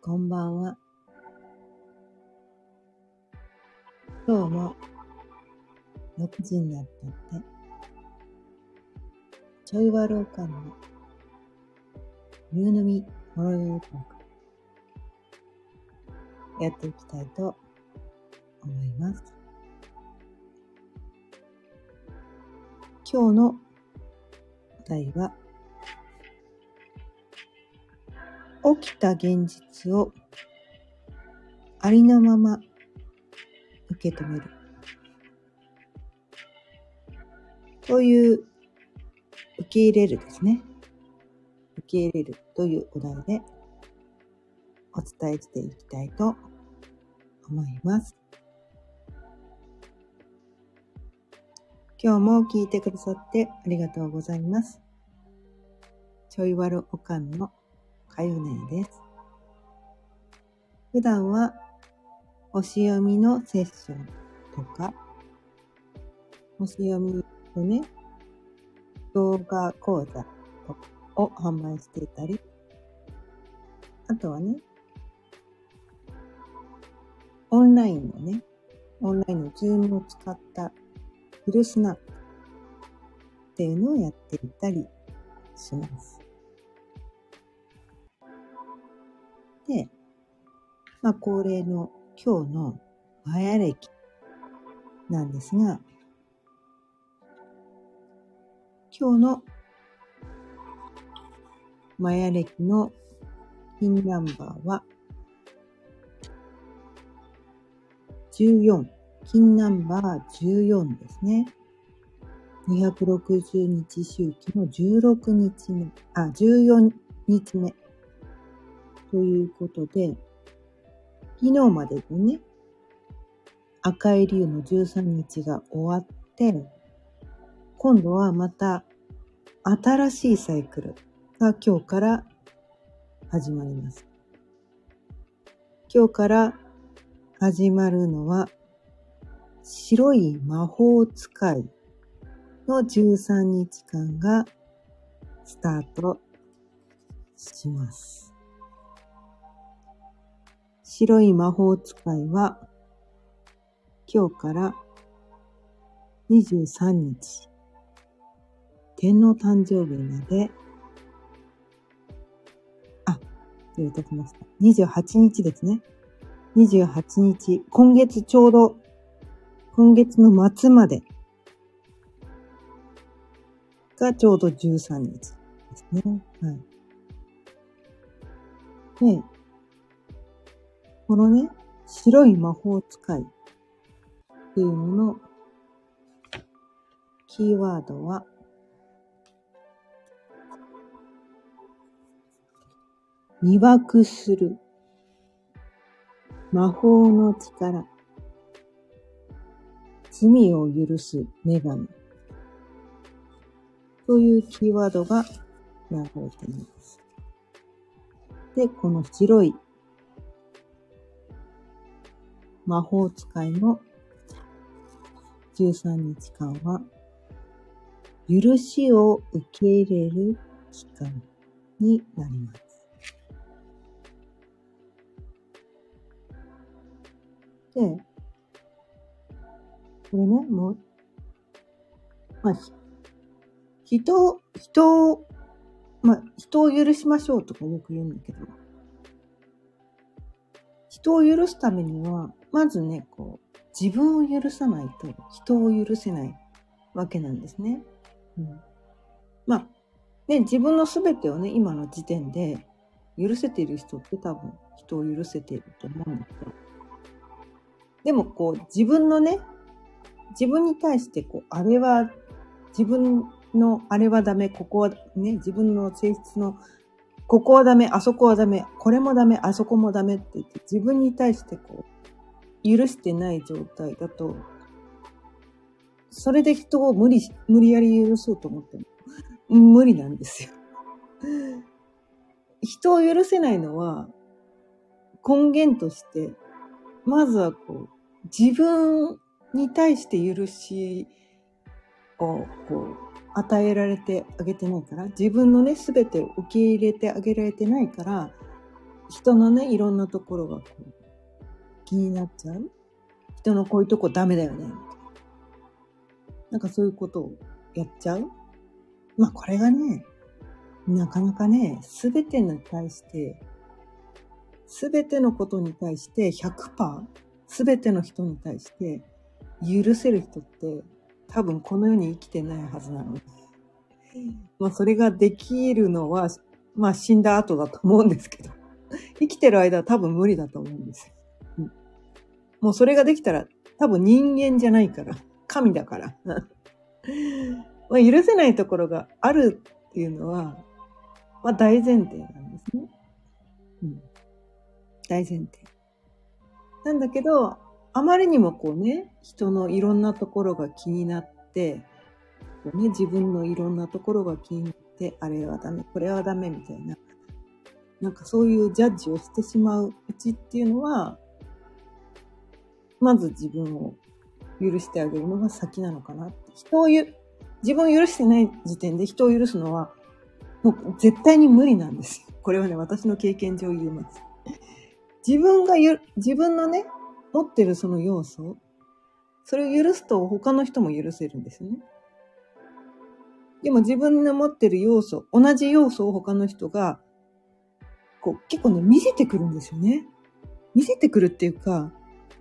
こんばんは。今日も6時になったって、ちょいわるおかんの夕飲みほろよいトークやっていきたいと思います。今日のお題は、起きた現実をありのまま受け止めるという受け入れるですね。受け入れるというお題でお伝えしていきたいと思います。今日も聞いてくださってありがとうございます。ちょいわるおかんのかよねです。普段は星読みのセッションとか、星読みのね、動画講座を販売していたり、あとはね、オンラインのズームを使ったフルスナップっていうのをやっていたりします。で、恒例の今日のマヤ暦なんですが、今日のマヤ暦のピンナンバーは14、金ナンバー14ですね。260日周期の14日目ということで、昨日までのね、赤い竜の13日が終わって、今度はまた新しいサイクルが今日から始まります。今日から始まるのは、白い魔法使いの13日間がスタートします。白い魔法使いは今日から23日、天皇誕生日まで、失礼いたしました。28日ですね。28日、今月の末までがちょうど13日ですね。はい。で、このね、白い魔法使いっていうののキーワードは、魅惑する、魔法の力、罪を許す女神というキーワードが流れています。で、この白い魔法使いの13日間は、許しを受け入れる期間になります。で、これね、もう、人を許しましょうとかよく言うんだけど、人を許すためには、まずね、自分を許さないと人を許せないわけなんですね。自分の全てをね、今の時点で許せている人って多分人を許せていると思うんだけど、でも自分に対してあれは、自分のあれはダメ、ここはね、自分の性質のここはダメ、あそこはダメ、これもダメ、あそこもダメって言って自分に対して許してない状態だと、それで人を無理やり許そうと思っても無理なんですよ。人を許せないのは根源として、まずは自分に対して許しを与えられてあげてないから、自分のね、すべてを受け入れてあげられてないから、 人のね、いろんなところがこう気になっちゃう。人のこういうとこダメだよね。なんかそういうことをやっちゃう。まあこれがね、なかなかね、すべてのことに対して100%、すべての人に対して許せる人って多分この世に生きてないはずなので。まあそれができるのは、まあ死んだ後だと思うんですけど、生きてる間は多分無理だと思うんですよ。もうそれができたら多分人間じゃないから、神だから。まあ許せないところがあるっていうのは、まあ大前提なんですね。大前提。なんだけど、あまりにもこうね、人のいろんなところが気になって、こうね、自分のいろんなところが気になって、あれはダメ、これはダメみたいな、なんかそういうジャッジをしてしまううちっていうのは、まず自分を許してあげるのが先なのかなって。自分を許してない時点で人を許すのは、もう絶対に無理なんですよ。これはね、私の経験上言います。自分のね、持ってるその要素、それを許すと他の人も許せるんですよね。でも自分の持ってる要素、同じ要素を他の人が、こう結構ね、見せてくるんですよね。見せてくるっていうか、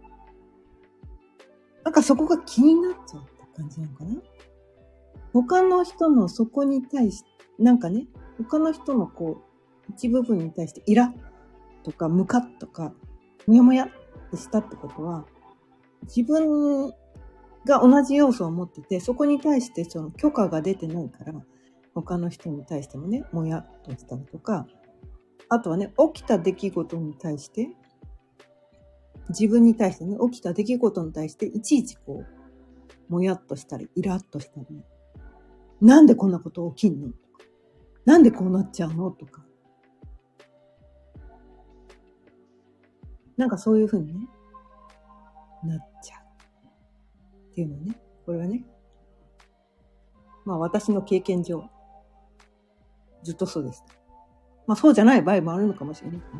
なんかそこが気になっちゃうって感じなのかな。他の人のそこに対して、なんかね、他の人のこう、一部分に対してイラッとかムカッとか、もやもやってしたってことは、自分が同じ要素を持ってて、そこに対してその許可が出てないから、他の人に対してもね、もやっとしたりとか、あとはね、起きた出来事に対して、自分に対してね、起きた出来事に対して、いちいちこう、もやっとしたり、イラッとしたり、なんでこんなこと起きんのとか、なんでこうなっちゃうのとか、なんかそういう風にね、なっちゃう。っていうのね、これはね、まあ私の経験上、ずっとそうでした。まあそうじゃない場合もあるのかもしれないね。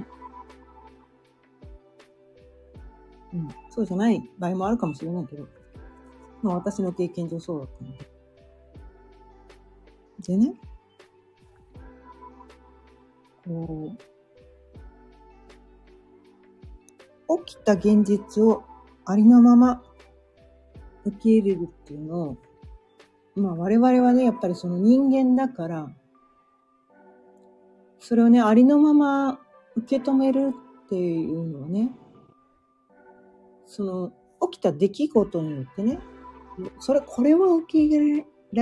そうじゃない場合もあるかもしれないけど、まあ私の経験上そうだったので。でね、こう、起きた現実をありのまま受け入れるっていうのを、まあ我々はね、やっぱりその人間だから、それをね、ありのまま受け止めるっていうのはね、その起きた出来事によってね、これは受け入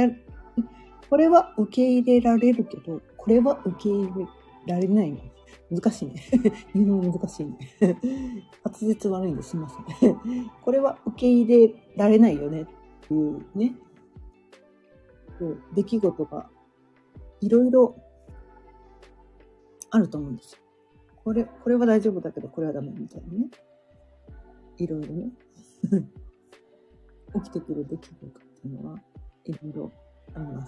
れられるけど、これは受け入れられないの。難しいね。日本語難しいね。滑舌悪いんですいません。これは受け入れられないよねっていうね、出来事がいろいろあると思うんですよ。これは大丈夫だけど、これはダメみたいなね。いろいろね。起きてくる出来事っていうのはいろいろあります。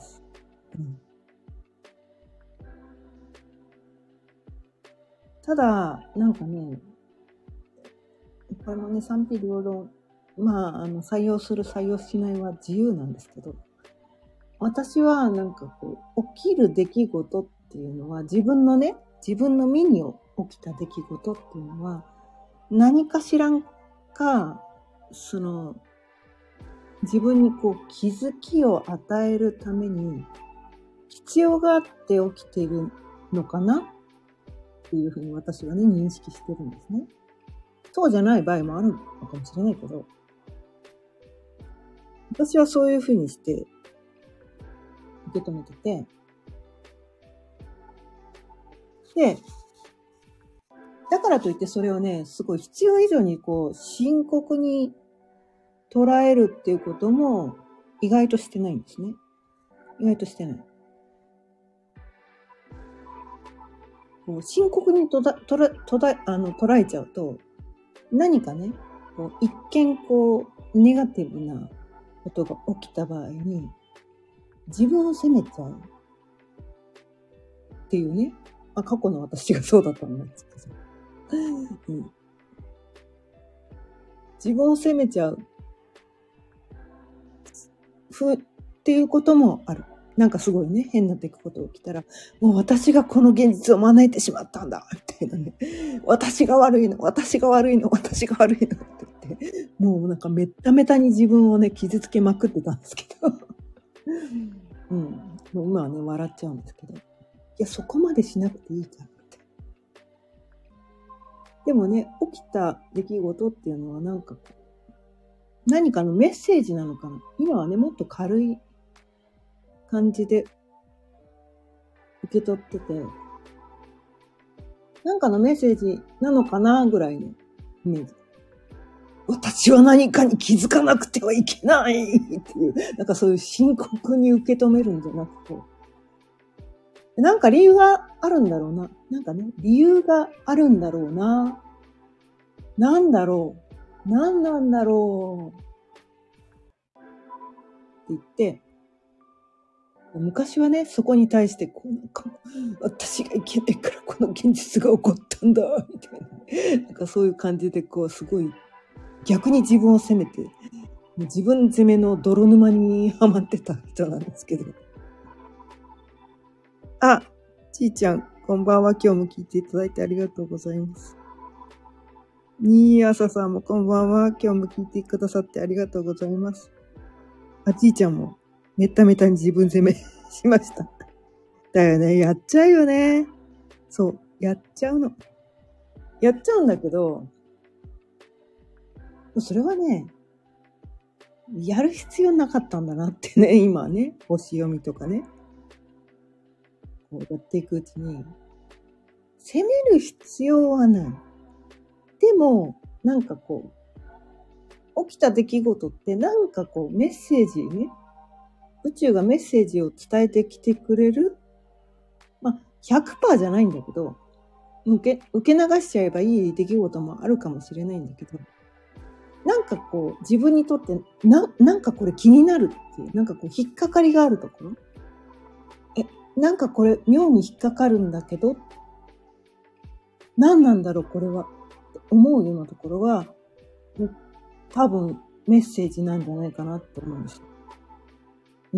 ただ、なんかね、これもね、賛否両論、まあ、採用する、採用しないは自由なんですけど、私はなんかこう、起きる出来事っていうのは、自分の身に起きた出来事っていうのは、何かしらんか、自分にこう気づきを与えるために必要があって起きているのかなっていうふうに私はね、認識してるんですね。そうじゃない場合もあるのかもしれないけど、私はそういうふうにして受け止めてて、で、だからといってそれをね、すごい必要以上にこう深刻に捉えるっていうことも意外としてないんですね。意外としてない。こう深刻に捉えちゃうと、何かね、こう一見こうネガティブなことが起きた場合に自分を責めちゃうっていうね、過去の私がそうだったんですけど、 うん、自分を責めちゃうっていうこともある。なんかすごいね、変な出来事が起きたら、もう私がこの現実を招いてしまったんだ、みたいなね。私が悪いの、私が悪いの、私が悪いのって言って、もうなんかめっためたに自分をね、傷つけまくってたんですけど。うん。もう今はね、笑っちゃうんですけど。いや、そこまでしなくていいじゃんって。でもね、起きた出来事っていうのはなんかこう、何かのメッセージなのかな。今はね、もっと軽い感じで受け取ってて、なんかのメッセージなのかなぐらいのイメージ。私は何かに気づかなくてはいけないっていう、なんかそういう深刻に受け止めるんじゃなくて、なんか理由があるんだろうな。なんかね、理由があるんだろうな。なんだろう。なんなんだろう。って言って、昔はね、そこに対して、こうなんか、私がいけないからこの現実が起こったんだ、みたいな。なんかそういう感じで、こう、すごい、逆に自分を責めて、自分責めの泥沼にはまってた人なんですけど。あ、ちーちゃん、こんばんは。今日も聞いていただいてありがとうございます。新朝さんもこんばんは。今日も聞いてくださってありがとうございます。あ、ちーちゃんも、めっためたに自分責めしました。だよね。やっちゃうよね。そう。やっちゃうの。やっちゃうんだけど、それはね、やる必要なかったんだなってね、今ね、星読みとかね、こうやっていくうちに、責める必要はない。でも、なんかこう、起きた出来事ってなんかこう、メッセージね、宇宙がメッセージを伝えてきてくれる。まあ、100% じゃないんだけど、受け流しちゃえばいい出来事もあるかもしれないんだけど、なんかこう、自分にとって、なんかこれ気になるっていう、なんかこう、引っかかりがあるところ。なんかこれ妙に引っかかるんだけど、何なんだろうこれは。思うようなところは、多分メッセージなんじゃないかなって思うんですよ。うん。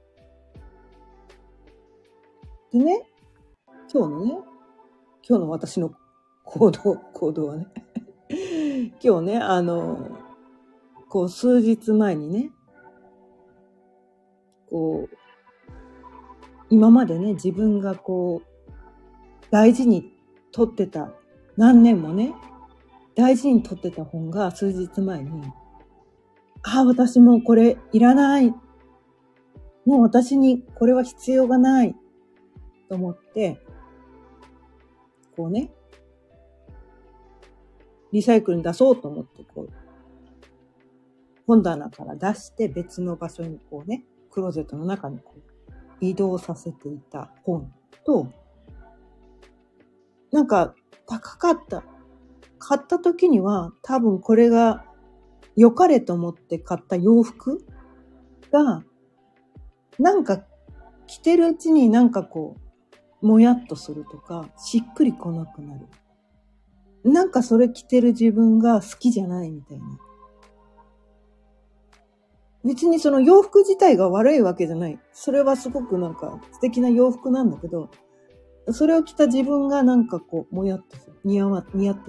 でね、今日の私の行動はね、今日ね、こう数日前にね、こう、今までね、自分がこう、大事に取ってた、何年もね、大事に取ってた本が数日前に、私もうこれいらない。もう私にこれは必要がない。と思って、こうね、リサイクルに出そうと思って、こう、本棚から出して別の場所にこうね、クローゼットの中にこう移動させていた本と、なんか高かった。買った時には多分これが良かれと思って買った洋服が、なんか着てるうちになんかこう、もやっとするとか、しっくりこなくなる。なんかそれ着てる自分が好きじゃないみたいな。別にその洋服自体が悪いわけじゃない。それはすごくなんか素敵な洋服なんだけど、それを着た自分がなんかこう、もやっとする。似合ってない。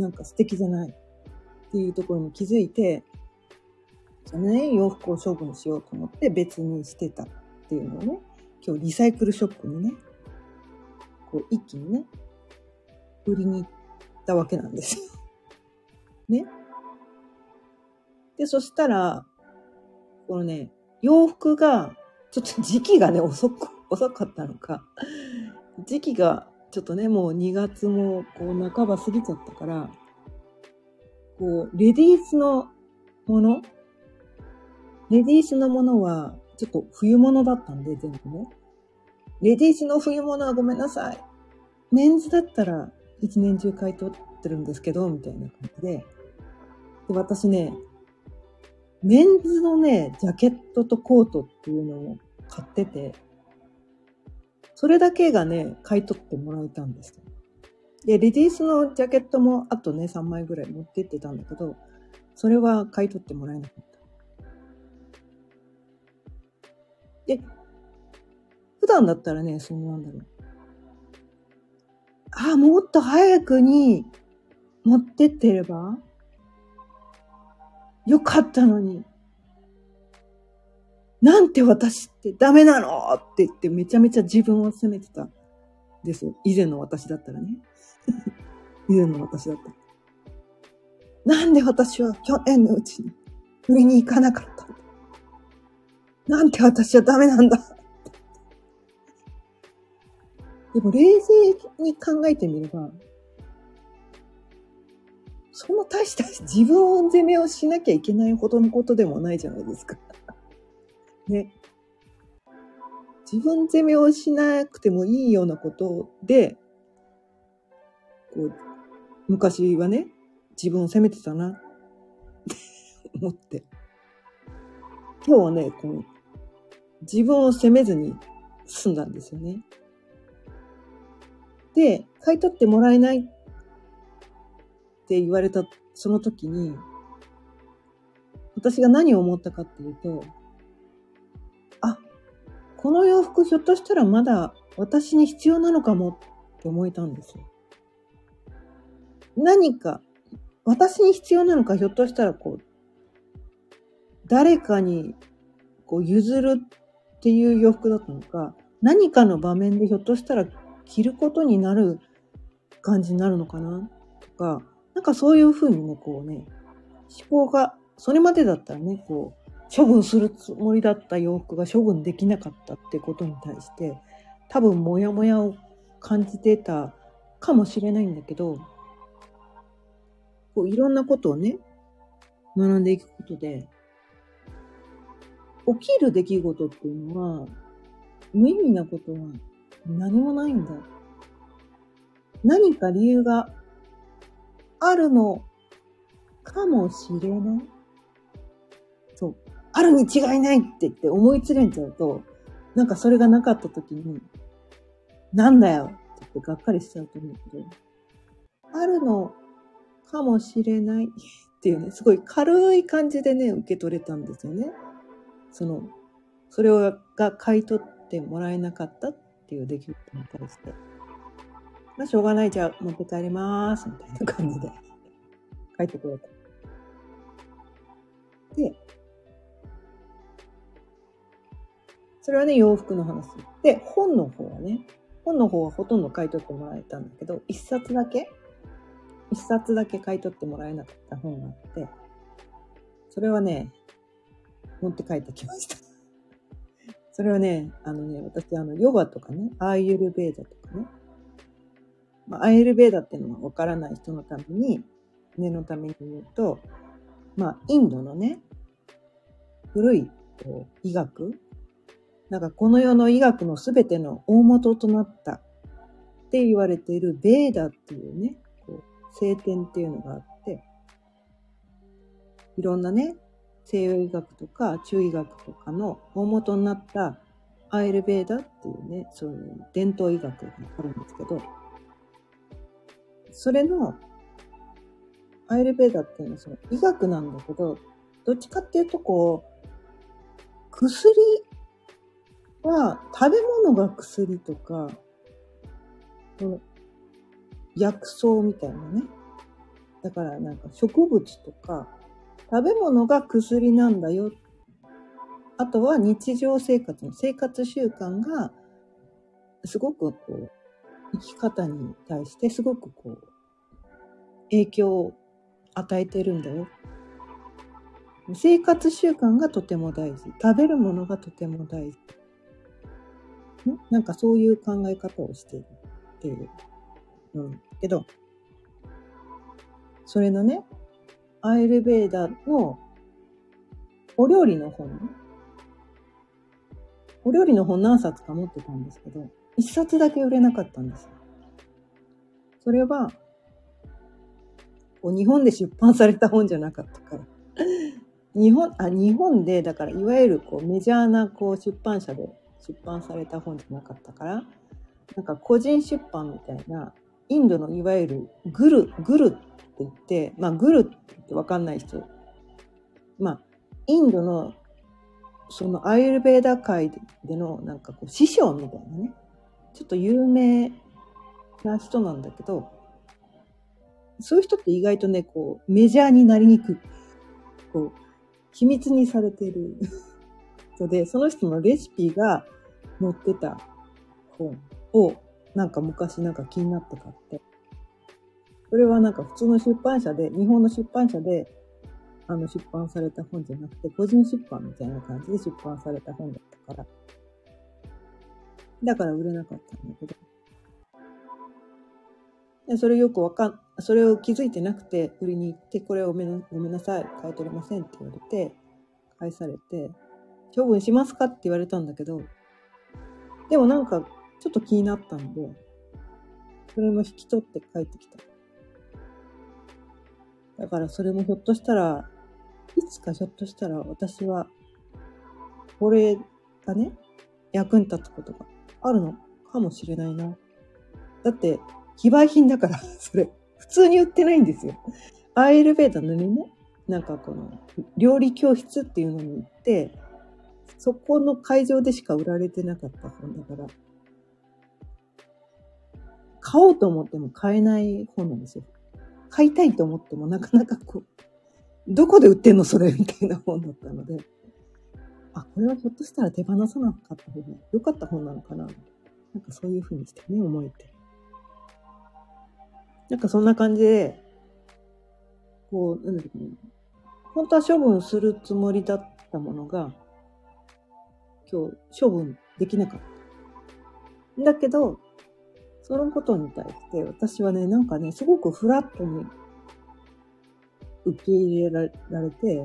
なんか素敵じゃないっていうところに気づいて、じゃあね、洋服を処分しようと思って別にしてたっていうのをね、今日リサイクルショップにね、こう一気にね、売りに行ったわけなんですよ。ね。で、そしたら、このね、洋服が、ちょっと時期がね、遅かったのか、時期がちょっとね、もう2月もこう半ば過ぎちゃったから、こう、レディースのものは、ちょっと冬物だったんで、全部ね。レディースの冬物はごめんなさい。メンズだったら一年中買い取ってるんですけど、みたいな感じで。で、私ね、メンズのね、ジャケットとコートっていうのを買ってて、それだけがね、買い取ってもらえたんですよ。 で、レディースのジャケットもあとね、3枚ぐらい持ってってたんだけど、それは買い取ってもらえなかった。で、普段だったらね、なんだろう。もっと早くに持ってってればよかったのに。なんて私ってダメなのって言ってめちゃめちゃ自分を責めてたんですよ。以前の私だったらね。以前の私だったら。なんで私は去年のうちに売りに行かなかったんだ。なんて私はダメなんだ。でも冷静に考えてみれば、その大した自分責めをしなきゃいけないほどのことでもないじゃないですか。ね。自分責めをしなくてもいいようなことで、こう、昔はね、自分を責めてたなって思って。今日はね、自分を責めずに済んだんですよね。で、買い取ってもらえないって言われたその時に、私が何を思ったかっていうと、この洋服ひょっとしたらまだ私に必要なのかもって思えたんですよ。何か、私に必要なのか、ひょっとしたら誰かに譲るっていう洋服だったのか、何かの場面でひょっとしたら着ることになる感じになるのかなとか、なんかそういう風にね、思考が、それまでだったらね、処分するつもりだった洋服が処分できなかったってことに対して、多分モヤモヤを感じてたかもしれないんだけど、いろんなことをね、学んでいくことで、起きる出来事っていうのは、無意味なことは何もないんだ。何か理由があるのかもしれない。そう。あるに違いないって言って思いつれんちゃうと、なんかそれがなかった時に、なんだよって言ってがっかりしちゃうと思うけど、あるのかもしれないっていうね、すごい軽い感じでね、受け取れたんですよね。それが買い取ってもらえなかったっていう出来事に対して。まあ、しょうがない、じゃあ持って帰ります、みたいな感じで帰ってくれた。で、それはね、洋服の話。で、本の方はほとんど買い取ってもらえたんだけど、一冊だけ買い取ってもらえなかった本があって、それはね、持って帰ってきました。それはね、私、ヨガとかね、アーユルベーダとかね、アーユルベーダっていうのはわからない人のために、念のために言うと、インドのね、古い医学、なんかこの世の医学のすべての大元となったって言われているベーダっていうね、聖典っていうのがあって、いろんなね、西洋医学とか中医学とかの大元になったアイルベーダっていうね、そういう伝統医学があるんですけど、それのアイルベーダっていうのはその医学なんだけど、どっちかっていうと薬は食べ物が薬とか、薬草みたいなね。だからなんか植物とか食べ物が薬なんだよ。あとは日常生活の生活習慣がすごく生き方に対してすごく影響を与えてるんだよ。生活習慣がとても大事。食べるものがとても大事。なんかそういう考え方をしているっていう。けど、それのね、アーユルベーダのお料理の本何冊か持ってたんですけど、一冊だけ売れなかったんですよ。それは、日本で出版された本じゃなかったから。日本で、だからいわゆるメジャーな出版社で出版された本じゃなかったから、なんか個人出版みたいなインドのいわゆるグルって言って、グルってわかんない人、インドのそのアーユルヴェーダ界でのなんかこう師匠みたいなね、ちょっと有名な人なんだけど、そういう人って意外とね、こうメジャーになりにくい、こう秘密にされている人で、その人のレシピが載ってた本をなんか昔なんか気になって買って、それはなんか普通の出版社で、日本の出版社で出版された本じゃなくて、個人出版みたいな感じで出版された本だったから、だから売れなかったんだけど、でそれそれを気づいてなくて売りに行って、これをごめんなさい、買い取れませんって言われて、返されて、処分しますかって言われたんだけど、でもなんかちょっと気になったんで、それも引き取って帰ってきた。だからそれもひょっとしたら、いつかひょっとしたら私は、これがね、役に立つことがあるのかもしれないな。だって、非売品だから、それ、普通に売ってないんですよ。アーユルヴェーダのね、なんかこの、料理教室っていうのに行って、そこの会場でしか売られてなかった本だから、買おうと思っても買えない本なんですよ。買いたいと思ってもなかなかこう、どこで売ってんのそれみたいな本だったので、これはひょっとしたら手放さなかった方が良かった本なのかな。なんかそういう風にしてね、思えて。なんかそんな感じで、こう、なんだろうね、本当は処分するつもりだったものが、今日処分できなかった。だけど、そのことに対して私はね、なんかね、すごくフラットに受け入れられて、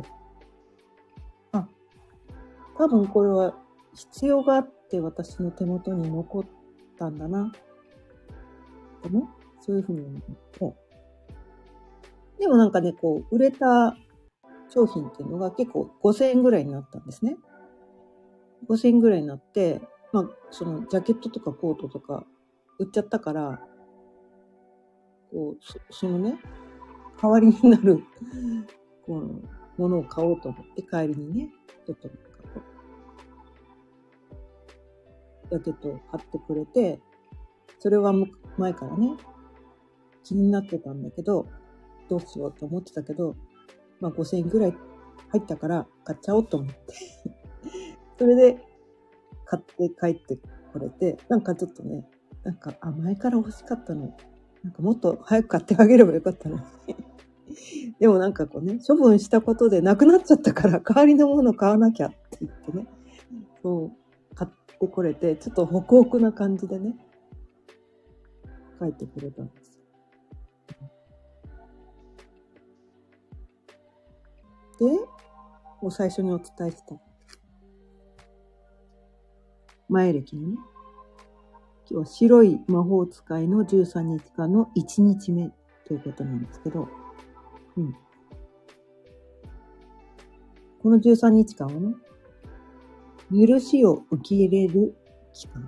多分これは必要があって私の手元に残ったんだな。ってね、そういうふうに思って。でもなんかね、こう、売れた商品っていうのが結構5000円ぐらいになったんですね。5000円ぐらいになって、そのジャケットとかコートとか売っちゃったから、こう、そのね、代わりになる、この、ものを買おうと思って帰りにね、ちょっとジャケットを買ってくれて、それは前からね、気になってたんだけど、どうしようと思ってたけど、5000円ぐらい入ったから買っちゃおうと思って。それで買って帰ってこれて、なんかちょっとね、なんか、前から欲しかったの。なんかもっと早く買ってあげればよかったのに。でもなんかこうね、処分したことでなくなっちゃったから代わりのものを買わなきゃって言ってね、そう、買ってこれて、ちょっとホクホクな感じでね、帰ってくれたんです。で、もう最初にお伝えした前歴のね、今日は白い魔法使いの13日間の1日目ということなんですけど、この13日間はね、許しを受け入れる期間。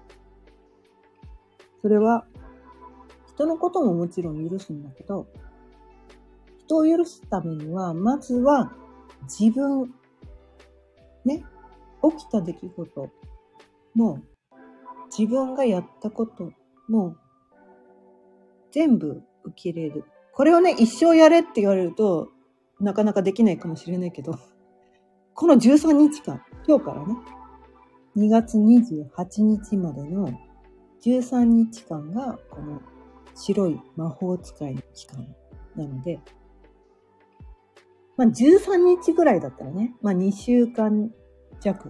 それは、人のことももちろん許すんだけど、人を許すためには、まずは自分、ね、起きた出来事も、自分がやったことも、全部受け入れる。これをね、一生やれって言われると、なかなかできないかもしれないけど、この13日間、今日からね、2月28日までの13日間が、この白い魔法使いの期間なので、13日ぐらいだったらね、2週間弱。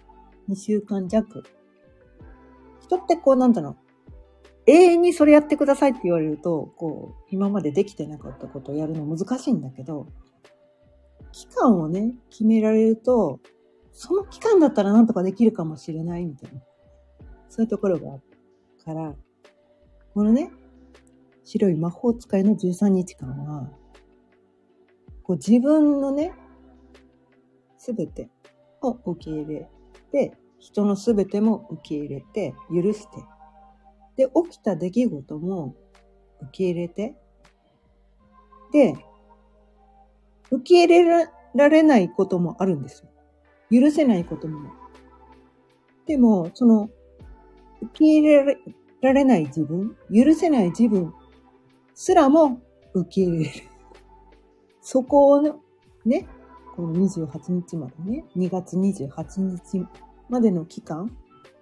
人ってこう、なんだろう、永遠にそれやってくださいって言われると、こう、今までできてなかったことをやるの難しいんだけど、期間をね、決められると、その期間だったらなんとかできるかもしれないみたいな。そういうところがあるから、このね、白い魔法使いの13日間は、こう自分のね、すべてを受け入れて、人のすべても受け入れて、許して、で、起きた出来事も受け入れて、で、受け入れられないこともあるんですよ。許せないことも。でも、その、受け入れられない自分、許せない自分すらも受け入れる。そこをね、この28日までね、2月28日までの期間、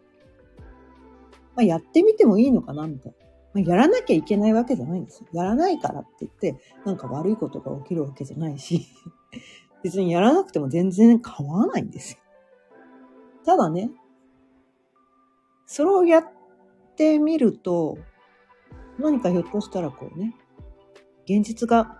やってみてもいいのかなみたいな。やらなきゃいけないわけじゃないんですよ。やらないからって言って、なんか悪いことが起きるわけじゃないし、別にやらなくても全然変わらないんですよ。ただね、それをやってみると、何かひょっとしたらこうね、現実が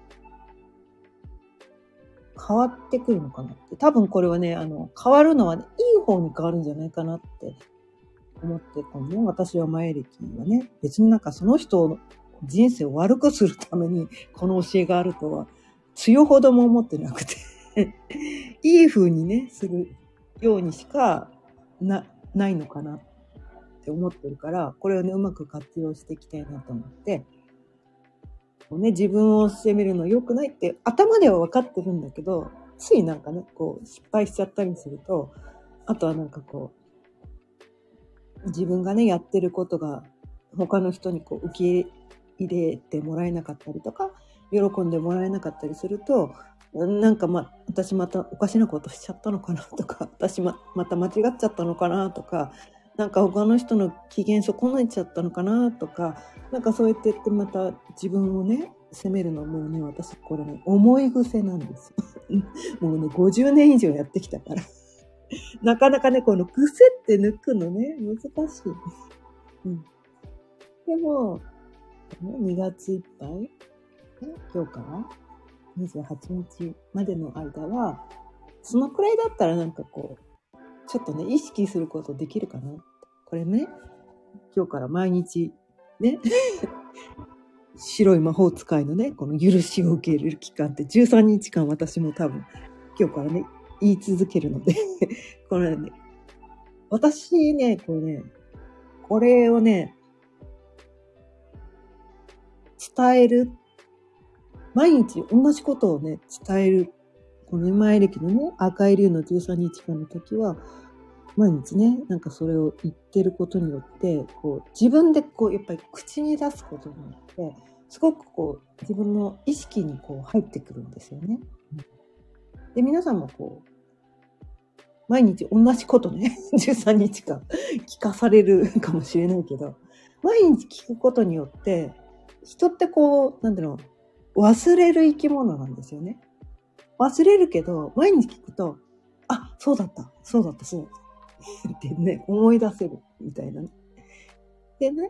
変わってくるのかなって。多分これはね、変わるのは、ね、いい方に変わるんじゃないかなって思って、このね、私は前歴はね、別になんかその人の人生を悪くするためにこの教えがあるとは、強ほども思ってなくて、いい風にね、するようにしかないのかなって思ってるから、これをね、うまく活用していきたいなと思って、ね、自分を責めるの良くないって頭では分かってるんだけど、ついなんかね、こう失敗しちゃったりすると、あとはなんかこう、自分がね、やってることが他の人にこう受け入れてもらえなかったりとか、喜んでもらえなかったりすると、なんか私またおかしなことしちゃったのかなとか、私また間違っちゃったのかなとか、なんか他の人の機嫌損ねちゃったのかなとか、なんかそうやってまた自分をね、責めるのもね、私これね、思い癖なんですよ。もうね、50年以上やってきたから。なかなかね、この癖って抜くのね、難しい。うん。でも、2月いっぱい、今日から28日までの間は、そのくらいだったらなんかこう、ちょっとね、意識することできるかな。これね、今日から毎日、ね、白い魔法使いのね、この許しを受け入れる期間って13日間私も多分、今日からね、言い続けるので、これね、私ね、これをね、伝える。毎日同じことをね、伝える。この前歴のね、赤い竜の13日間の時は、毎日ね、なんかそれを言ってることによって、こう、自分でこう、やっぱり口に出すことによって、すごくこう、自分の意識にこう、入ってくるんですよね。で、皆さんもこう、毎日同じことね、13日間聞かされるかもしれないけど、毎日聞くことによって、人ってこう、なんだろう、忘れる生き物なんですよね。忘れるけど、毎日聞くと、あ、そうだった、そうだった、そうだったってね、思い出せるみたいなね。でね、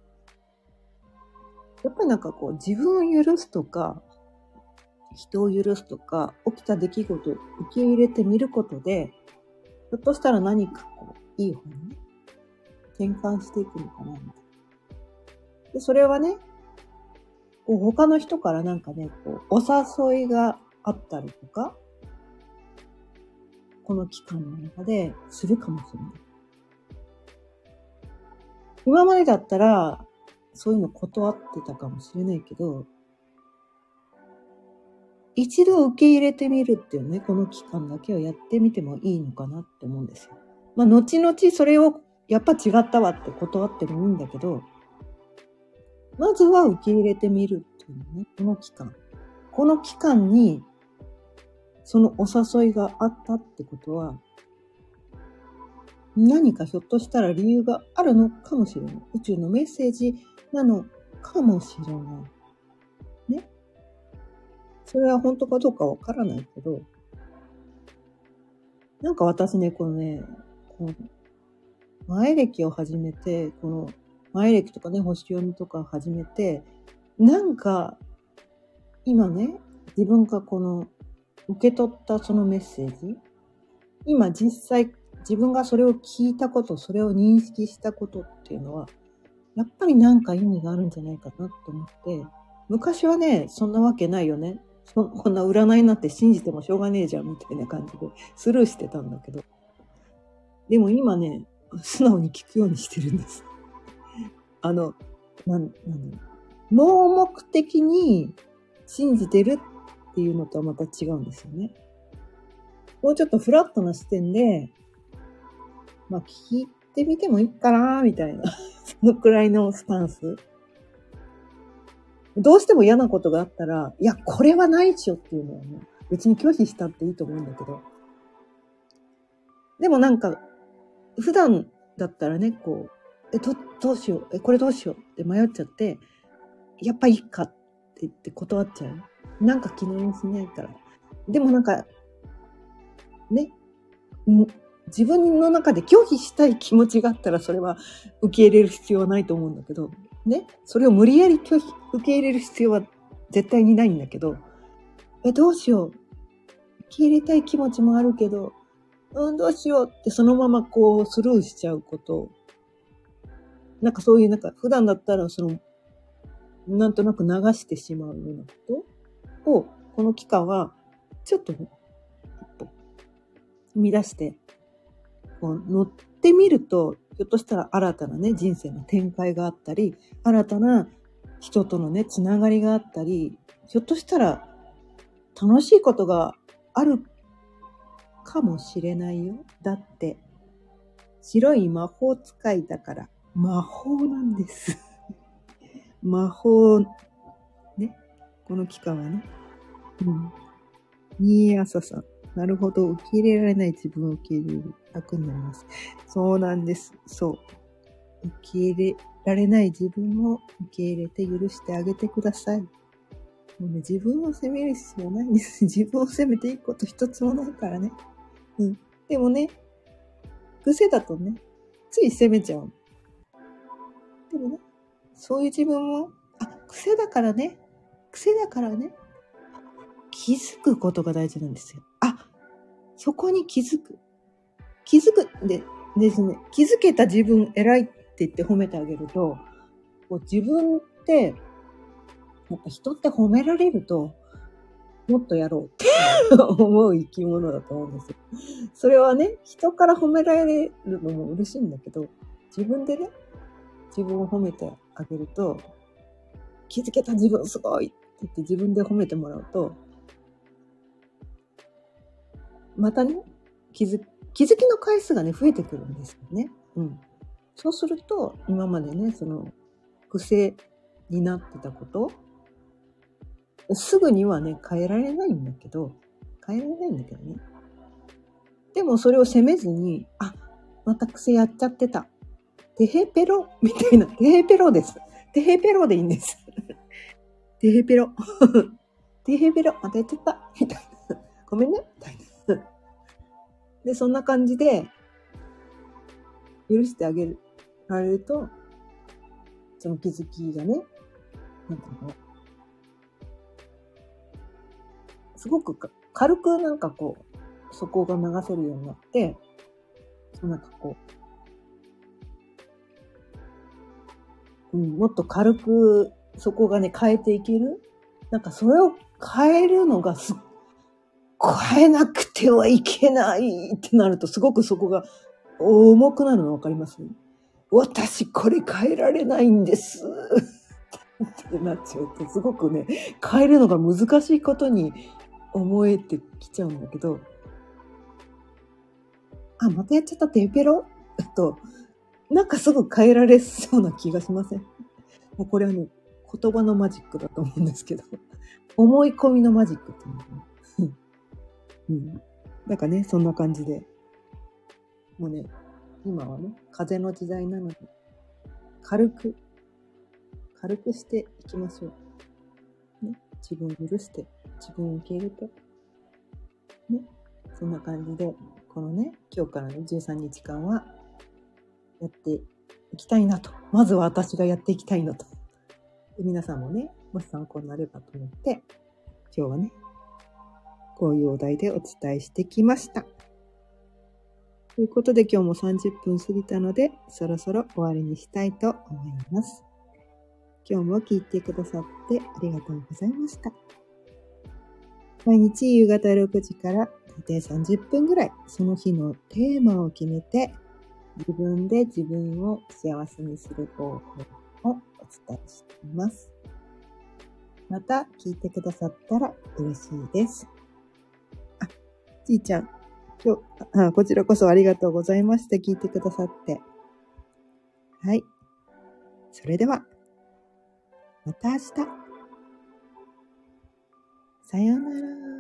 やっぱりなんかこう、自分を許すとか、人を許すとか、起きた出来事を受け入れてみることで、ひょっとしたら何かこう、いい方にね、転換していくのかな、みたいな。で、それはね、こう他の人からなんかね、こう、お誘いがあったりとか、この期間の中でするかもしれない。今までだったら、そういうの断ってたかもしれないけど、一度受け入れてみるっていうね、この期間だけをやってみてもいいのかなって思うんですよ。後々それをやっぱ違ったわって断ってもいいんだけど、まずは受け入れてみるっていうのね、この期間。この期間に、そのお誘いがあったってことは、何かひょっとしたら理由があるのかもしれない。宇宙のメッセージなのかもしれない。ね。それは本当かどうかわからないけど、なんか私ね、この前歴を始めて、この前歴とかね、星読みとか始めて、なんか今ね、自分がこの受け取ったそのメッセージ、今実際自分がそれを聞いたこと、それを認識したことっていうのは、やっぱりなんか意味があるんじゃないかなと思って、昔はね、そんなわけないよね。こんな占いなんて信じてもしょうがねえじゃんみたいな感じでスルーしてたんだけど。でも今ね、素直に聞くようにしてるんです。なん盲目的に信じてるっていうのとはまた違うんですよね。もうちょっとフラットな視点で、まあ聞いてみてもいいかなみたいなそのくらいのスタンス。どうしても嫌なことがあったら、いやこれはないっしょっていうのはね、別に拒否したっていいと思うんだけど、でもなんか普段だったらね、こうどうしよう、これどうしようって迷っちゃって、やっぱいいかって言って断っちゃう。なんか気乗りにしないから。でもなんかね、自分の中で拒否したい気持ちがあったら、それは受け入れる必要はないと思うんだけど、ね、それを無理やり受け入れる必要は絶対にないんだけど、どうしよう、受け入れたい気持ちもあるけど、どうしようってそのままこうスルーしちゃうこと、なんかそういうなんか普段だったらなんとなく流してしまうようなことを、この期間はちょっと一歩踏み出して、こう乗ってみると、ひょっとしたら新たなね、人生の展開があったり、新たな人とのね、つながりがあったり、ひょっとしたら楽しいことがあるかもしれないよ。だって、白い魔法使いだから、魔法なんです。魔法、ね。この期間はね。新朝さん。なるほど。受け入れられない自分を受け入れる。楽になります。そうなんです。そう。受け入れられない自分を受け入れて許してあげてください。もうね、自分を責める必要ないんです。自分を責めていいこと一つもないからね。でもね、癖だとね、つい責めちゃう。でもね、そういう自分も、癖だからね、気づくことが大事なんですよ。そこに気づくですね。気づけた自分偉いって言って褒めてあげると、こう自分って、やっぱ人って褒められると、もっとやろうって思う生き物だと思うんですよ。それはね、人から褒められるのも嬉しいんだけど、自分でね、自分を褒めてあげると、気づけた自分すごいって言って自分で褒めてもらうと、またね、気づきの回数がね、増えてくるんですよね。そうすると、今までね、その、癖になってたこと、すぐにはね、変えられないんだけどね。でもそれを責めずに、また癖やっちゃってた。てへペロみたいな、てへペロです。てへペロでいいんです。てへペロ。てへペロ、またやっちゃった。みたいな。ごめんね。みたいな。で、そんな感じで、許してあげられると、その気づきがね、なんかこう、すごく軽くなんかこう、そこが流せるようになって、なんかこう、もっと軽くそこがね、変えていける。なんかそれを変えるのが変えなくてはいけないってなると、すごくそこが重くなるのわかります？私これ変えられないんですってなっちゃうと、すごくね、変えるのが難しいことに思えてきちゃうんだけど、またやっちゃったテーペロだと、なんかすぐ変えられそうな気がしません？もうこれはね、言葉のマジックだと思うんですけど、思い込みのマジックっていうのかな。なんかね、そんな感じで。もうね、今はね、風の時代なので、軽くしていきましょう。ね、自分を許して、自分を受け入れて、ね、そんな感じで、このね、今日からの13日間は、やっていきたいなと。まずは私がやっていきたいなと。で皆さんもね、もし参考になればと思って、今日はね、こういうお題でお伝えしてきました。ということで今日も30分過ぎたので、そろそろ終わりにしたいと思います。今日も聞いてくださってありがとうございました。毎日夕方6時から大体30分ぐらい、その日のテーマを決めて、自分で自分を幸せにする方法をお伝えしています。 また聞いてくださったら嬉しいです。ちいちゃん、こちらこそありがとうございました。聞いてくださって。はい。それでは、また明日。さようなら。